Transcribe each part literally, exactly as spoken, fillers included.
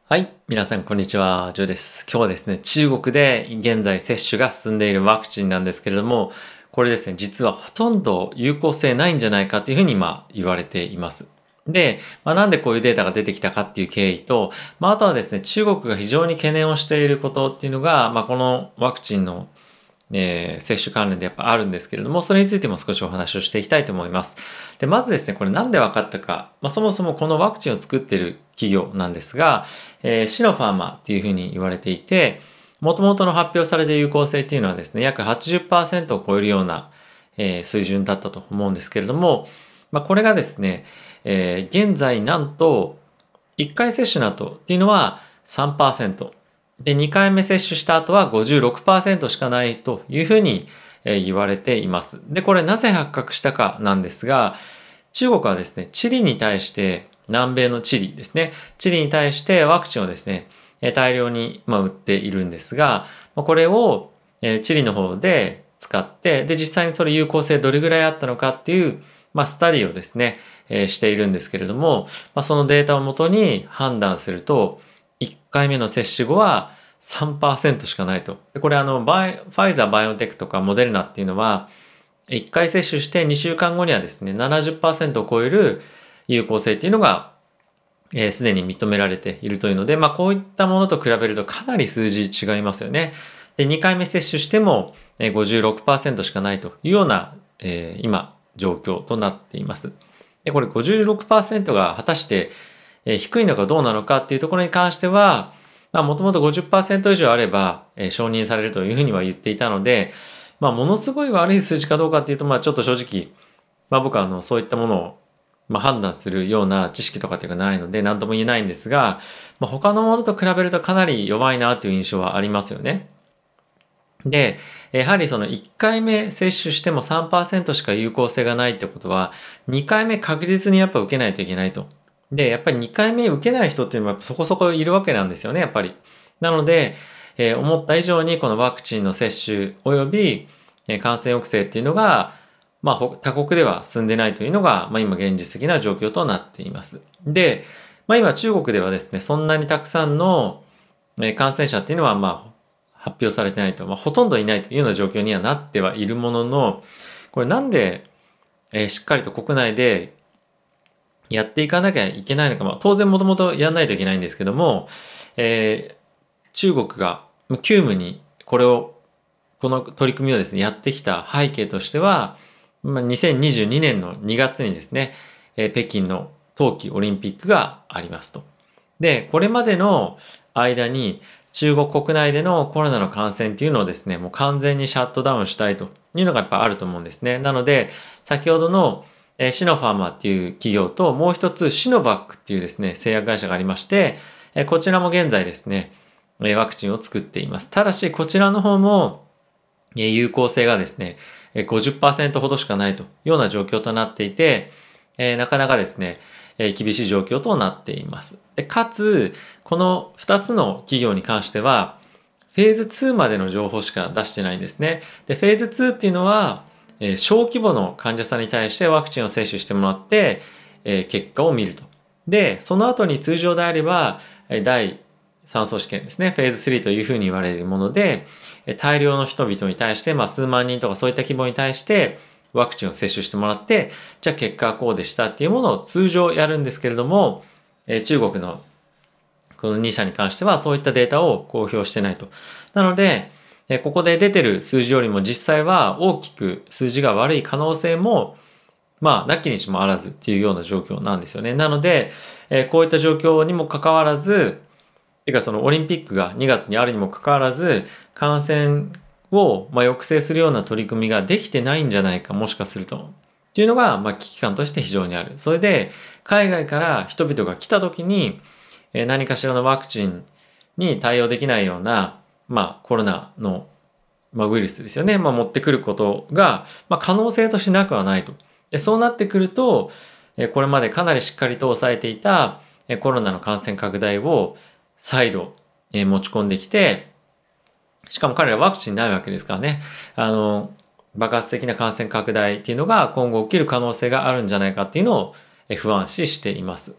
はい。皆さん、こんにちは。ジョーです。今日はですね、中国で現在接種が進んでいるワクチンなんですけれども、これですね、実はほとんど有効性ないんじゃないかというふうに今言われています。で、まあ、なんでこういうデータが出てきたかっていう経緯と、まあ、あとはですね、中国が非常に懸念をしていることっていうのが、まあ、このワクチンのえー、接種関連でやっぱあるんですけれども、それについても少しお話をしていきたいと思います。で、まずですね、これなんで分かったか、まあ、そもそもこのワクチンを作っている企業なんですが、えー、シノファーマっていうふうに言われていて、元々の発表されている有効性っていうのはですね、約はちじゅっパーセントを超えるような、えー、水準だったと思うんですけれども、まあ、これがですね、えー、現在なんといっかい接種の後っていうのはさんパーセント、で、にかいめ接種した後はごじゅうろくパーセントしかないというふうに言われています。で、これなぜ発覚したかなんですが、中国はですね、チリに対して、南米のチリですね、チリに対してワクチンをですね、大量に売っているんですが、これをチリの方で使って、で、実際にそれ有効性どれぐらいあったのかっていう、まあ、スタディをですね、しているんですけれども、まあ、そのデータをもとに判断すると、いっかいめの接種後はさんパーセントしかないと。でこれあの、バイ、ファイザー、バイオテクとかモデルナっていうのは、いっかい接種してにしゅうかんごにはですね、ななじゅっパーセントを超える有効性っていうのが、えー、すでに認められているというので、まあこういったものと比べるとかなり数字違いますよね。で、にかいめ接種してもごじゅうろくパーセントしかないというような、えー、今、状況となっています。で、これごじゅうろくパーセントが果たして低いのかどうなのかっていうところに関しては、まあ、もともとごじゅっパーセント以上あれば、えー、承認されるというふうには言っていたので、まあ、ものすごい悪い数字かどうかっていうと、まあ、ちょっと正直、まあ、僕はあの、そういったものを、まあ、判断するような知識とかっていうのがないので、何とも言えないんですが、まあ、他のものと比べるとかなり弱いなという印象はありますよね。で、やはりそのいっかいめ接種してもさんパーセントしか有効性がないってことは、にかいめ確実にやっぱ受けないといけないと。で、やっぱりにかいめ受けない人っていうのはそこそこいるわけなんですよね、やっぱり。なので、えー思った以上にこのワクチンの接種及び、えー感染抑制っていうのが、まあ、ほ他国では進んでないというのが、まあ、今現実的な状況となっています。で、まあ、今中国ではですね、そんなにたくさんのえー感染者っていうのは、まあ、発表されてないと、まあ、ほとんどいないというような状況にはなってはいるものの、これなんで、えーしっかりと国内でやっていかなきゃいけないのか、まあ、当然もともとやらないといけないんですけども、えー中国が急務にこれを、この取り組みをですね、やってきた背景としては、まあ、にせんにじゅうにねんのにがつにですね、えー北京の冬季オリンピックがありますと。で、これまでの間に中国国内でのコロナの感染っていうのをですね、もう完全にシャットダウンしたいというのがやっぱあると思うんですね。なので、先ほどのえーシノファーマっていう企業ともう一つシノバックっていうですね、製薬会社がありまして、えーこちらも現在ですね、えーワクチンを作っています。ただし、こちらの方も、えー有効性がですね、えーごじゅっパーセントほどしかないというような状況となっていて、えーなかなかですね、えー厳しい状況となっています。で、かつ、このふたつの企業に関しては、フェーズツーまでの情報しか出してないんですね。で、フェーズツーっていうのは、えー小規模の患者さんに対してワクチンを接種してもらって、えー結果を見ると。で、その後に通常であれば、えー第さん相試験ですね、フェーズスリーというふうに言われるもので、えー大量の人々に対して、まあ、数万人とかそういった規模に対して、ワクチンを接種してもらって、じゃあ結果はこうでしたっていうものを通常やるんですけれども、えー中国のこのに社に関してはそういったデータを公表してないと。なので、えここで出てる数字よりも実際は大きく数字が悪い可能性も、まあ、なきにしもあらずっていうような状況なんですよね。なので、えこういった状況にもかかわらず、てかそのオリンピックがにがつにあるにもかかわらず、感染をまあ抑制するような取り組みができてないんじゃないか、もしかすると。っていうのが、まあ、危機感として非常にある。それで、海外から人々が来た時に、え何かしらのワクチンに対応できないような、まあ、コロナの、まあ、ウイルスですよね、まあ、持ってくることが、まあ、可能性としなくはないと。で、そうなってくると、えこれまでかなりしっかりと抑えていたえコロナの感染拡大を再度え持ち込んできて、しかも彼らワクチンないわけですからね、あの、爆発的な感染拡大っていうのが今後起きる可能性があるんじゃないかっていうのをえ不安視しています。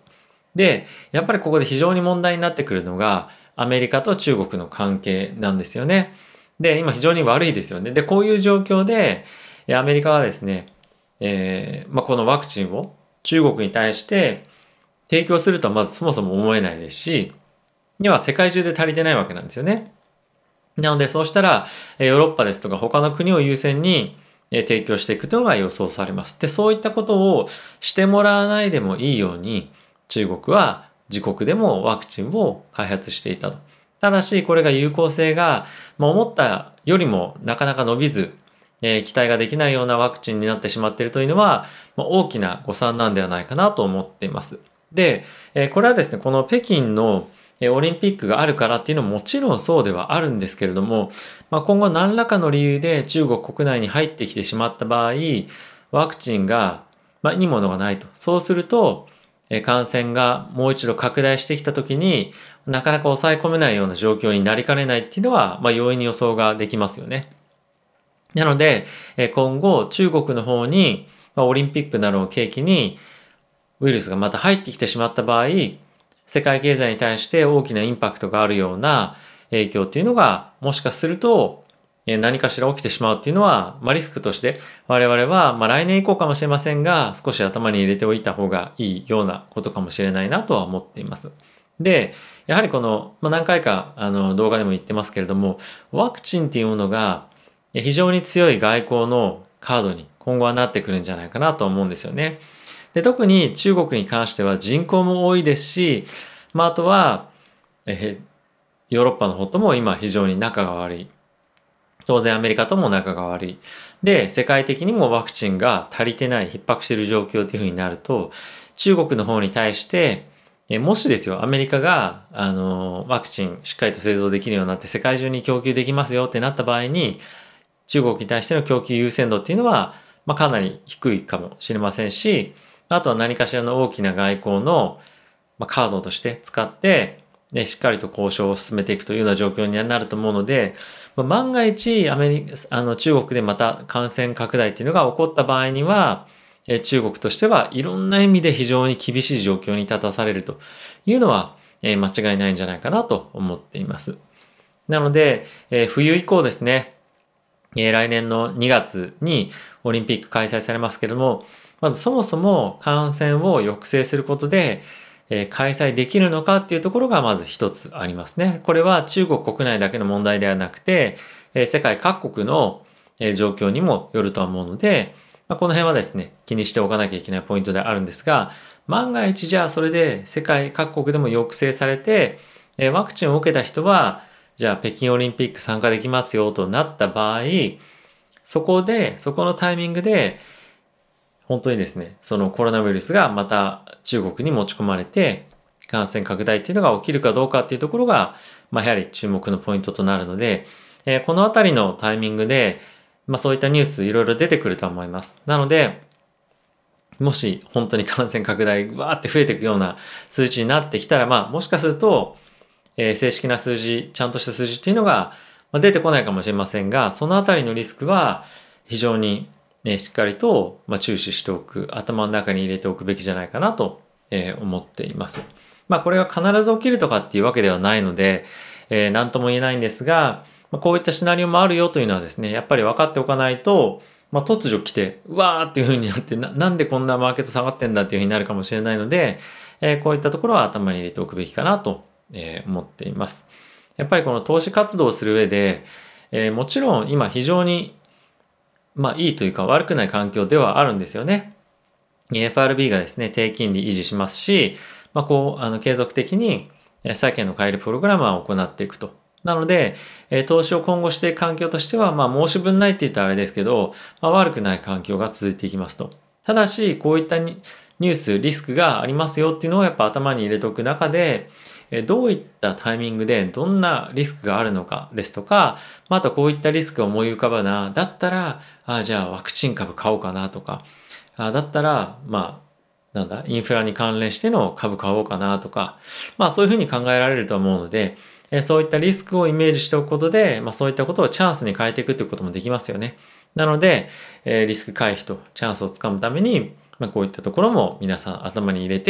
で、やっぱりここで非常に問題になってくるのが、アメリカと中国の関係なんですよね。で、今非常に悪いですよね。で、こういう状況で、アメリカはですね、えーまあ、このワクチンを中国に対して提供するとはまずそもそも思えないですし、では世界中で足りてないわけなんですよね。なので、そうしたら、ヨーロッパですとか他の国を優先に提供していくというのが予想されます。で、そういったことをしてもらわないでもいいように、中国は自国でもワクチンを開発していたと。ただし、これが有効性が、まあ、思ったよりもなかなか伸びず、えー期待ができないようなワクチンになってしまっているというのは、まあ、大きな誤算なんではないかなと思っています。で、えーこれはですね、この北京のえーオリンピックがあるからっていうのももちろんそうではあるんですけれども、まあ、今後何らかの理由で中国国内に入ってきてしまった場合、ワクチンが、まあ、いいものがないと。そうすると、えー感染がもう一度拡大してきた時になかなか抑え込めないような状況になりかねないっていうのは、まあ、容易に予想ができますよね。なので、えー今後中国の方に、まあ、オリンピックなどを契機にウイルスがまた入ってきてしまった場合、世界経済に対して大きなインパクトがあるような影響っていうのが、もしかすると、えー何かしら起きてしまうっていうのは、まあ、リスクとして我々は、まあ、来年以降かもしれませんが、少し頭に入れておいた方がいいようなことかもしれないなとは思っています。で、やはりこの、まあ、何回かあの動画でも言ってますけれども、ワクチンっていうものが非常に強い外交のカードに今後はなってくるんじゃないかなと思うんですよね。で、特に中国に関しては人口も多いですし、まあ、あとは、えーヨーロッパの方とも今非常に仲が悪い。当然アメリカとも仲が悪い。で、世界的にもワクチンが足りてない、逼迫している状況というふうになると、中国の方に対して、えもしですよ、アメリカが、あの、ワクチンしっかりと製造できるようになって世界中に供給できますよってなった場合に、中国に対しての供給優先度っていうのは、まあ、かなり低いかもしれませんし、あとは何かしらの大きな外交の、まあ、カードとして使って、ね、しっかりと交渉を進めていくというような状況になると思うので、まあ、万が一アメリカ、あの中国でまた感染拡大っていうのが起こった場合には、え中国としてはいろんな意味で非常に厳しい状況に立たされるというのは、え間違いないんじゃないかなと思っています。なので、え冬以降ですね、え来年のにがつにオリンピック開催されますけれども、まずそもそも感染を抑制することで、えー開催できるのかっていうところがまず一つありますね。これは中国国内だけの問題ではなくて、えー世界各国のえー状況にもよるとは思うので、まあ、この辺はですね、気にしておかなきゃいけないポイントであるんですが、万が一じゃあそれで世界各国でも抑制されて、えーワクチンを受けた人は、じゃあ北京オリンピック参加できますよとなった場合、そこで、そこのタイミングで、本当にですね、そのコロナウイルスがまた中国に持ち込まれて、感染拡大っていうのが起きるかどうかっていうところが、まあ、やはり注目のポイントとなるので、えーこのあたりのタイミングで、まあ、そういったニュースいろいろ出てくると思います。なので、もし本当に感染拡大わーって増えていくような数値になってきたら、まあ、もしかすると、えー正式な数字、ちゃんとした数字っていうのがまあ出てこないかもしれませんが、そのあたりのリスクは非常に、ね、しっかりと、まあ、注視しておく、頭の中に入れておくべきじゃないかなと、えー思っています。まあ、これが必ず起きるとかっていうわけではないので、えー、何とも言えないんですが、まあ、こういったシナリオもあるよというのはですね、やっぱり分かっておかないと、まあ、突如来て、うわーっていう風になってな、なんでこんなマーケット下がってんだっていう風になるかもしれないので、えーこういったところは頭に入れておくべきかなとえー思っています。やっぱりこの投資活動をする上で、えーもちろん今非常に、まあ、いいというか悪くない環境ではあるんですよね。エフアールビー がですね、低金利維持しますし、まあ、こう、あの、継続的にえー債券の買えるプログラムを行っていくと。なので、えー投資を今後していく環境としては、まあ、申し分ないって言ったらあれですけど、まあ、悪くない環境が続いていきますと。ただし、こういったニニュース、リスクがありますよっていうのをやっぱ頭に入れておく中で、えーどういったタイミングでどんなリスクがあるのかですとか、まあ、あとこういったリスクを思い浮かばな、だったら、あじゃあワクチン株買おうかなとか、あだったら、まあ、なんだ、インフラに関連しての株買おうかなとか、まあそういうふうに考えられると思うので、えそういったリスクをイメージしておくことで、まあそういったことをチャンスに変えていくということもできますよね。なので、えリスク回避とチャンスをつかむために、まあこういったところも皆さん頭に入れて、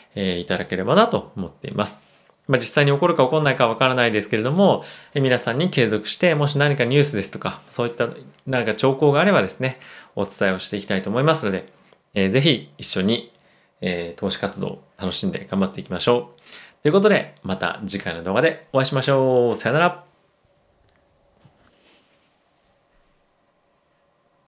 えーいただければなと思っています。まあ、実際に起こるか起こらないかわからないですけれども、えー皆さんに継続して、もし何かニュースですとか、そういった何か兆候があればですね、お伝えをしていきたいと思いますので、えーぜひ一緒に、えー投資活動を楽しんで頑張っていきましょう。ということで、また次回の動画でお会いしましょう。さよなら。